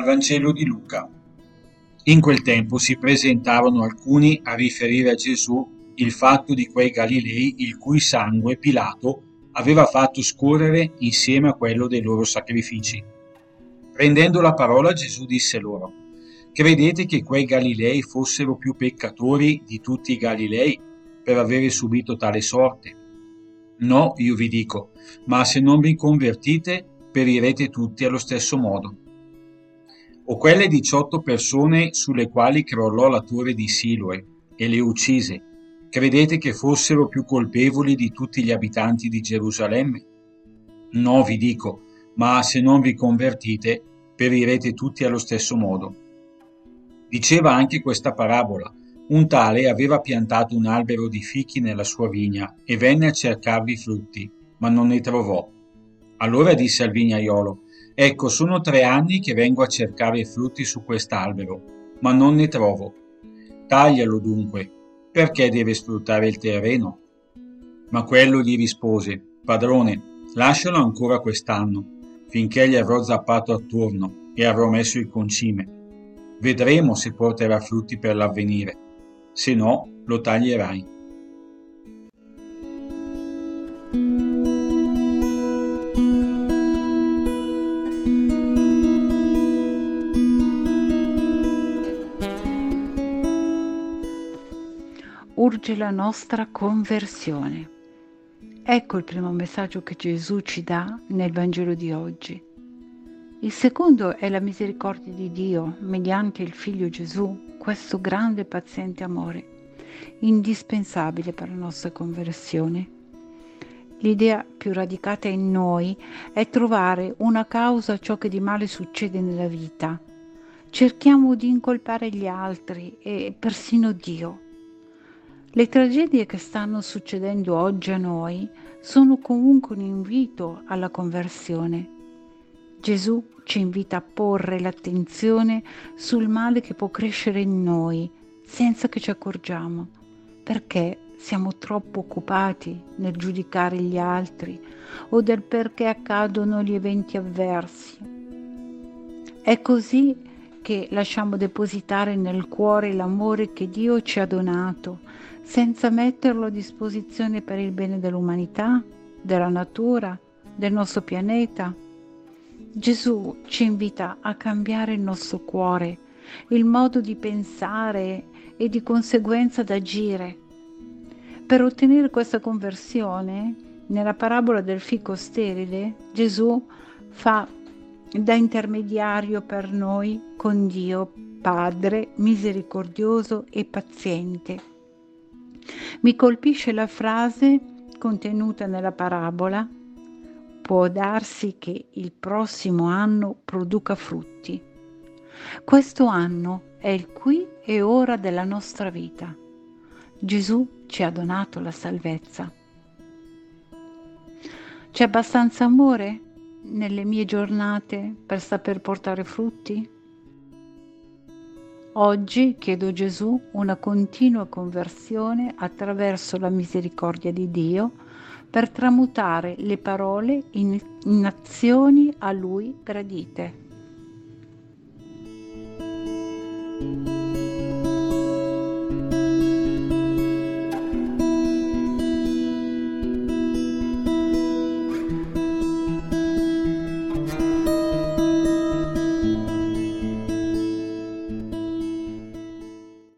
Dal Vangelo di Luca. In quel tempo si presentarono alcuni a riferire a Gesù il fatto di quei Galilei il cui sangue Pilato aveva fatto scorrere insieme a quello dei loro sacrifici. Prendendo la parola, Gesù disse loro: credete che quei Galilei fossero più peccatori di tutti i Galilei per avere subito tale sorte? No, io vi dico, ma se non vi convertite, perirete tutti allo stesso modo. O quelle 18 persone sulle quali crollò la torre di Siloe e le uccise, credete che fossero più colpevoli di tutti gli abitanti di Gerusalemme? No, vi dico, ma se non vi convertite, perirete tutti allo stesso modo. Diceva anche questa parabola: un tale aveva piantato un albero di fichi nella sua vigna e venne a cercarvi frutti, ma non ne trovò. Allora disse al vignaiolo: ecco, sono 3 anni che vengo a cercare frutti su quest'albero, ma non ne trovo. Taglialo dunque, perché deve sfruttare il terreno? Ma quello gli rispose: padrone, lascialo ancora quest'anno, finché gli avrò zappato attorno e avrò messo il concime. Vedremo se porterà frutti per l'avvenire, se no lo taglierai. Urge la nostra conversione. Ecco il primo messaggio che Gesù ci dà nel Vangelo di oggi. Il secondo è la misericordia di Dio mediante il Figlio Gesù, questo grande e paziente amore, indispensabile per la nostra conversione. L'idea più radicata in noi è trovare una causa a ciò che di male succede nella vita. Cerchiamo di incolpare gli altri e persino Dio. Le tragedie che stanno succedendo oggi a noi sono comunque un invito alla conversione. Gesù ci invita a porre l'attenzione sul male che può crescere in noi senza che ci accorgiamo, perché siamo troppo occupati nel giudicare gli altri o del perché accadono gli eventi avversi. È così che lasciamo depositare nel cuore l'amore che Dio ci ha donato, senza metterlo a disposizione per il bene dell'umanità, della natura, del nostro pianeta. Gesù ci invita a cambiare il nostro cuore, il modo di pensare e di conseguenza d'agire. Per ottenere questa conversione, nella parabola del fico sterile, Gesù fa da intermediario per noi con Dio Padre misericordioso e paziente. Mi colpisce la frase contenuta nella parabola: può darsi che il prossimo anno produca frutti. Questo anno è il qui e ora della nostra vita. Gesù ci ha donato la salvezza. C'è abbastanza amore nelle mie giornate per saper portare frutti? Oggi chiedo a Gesù una continua conversione attraverso la misericordia di Dio per tramutare le parole in azioni a Lui gradite.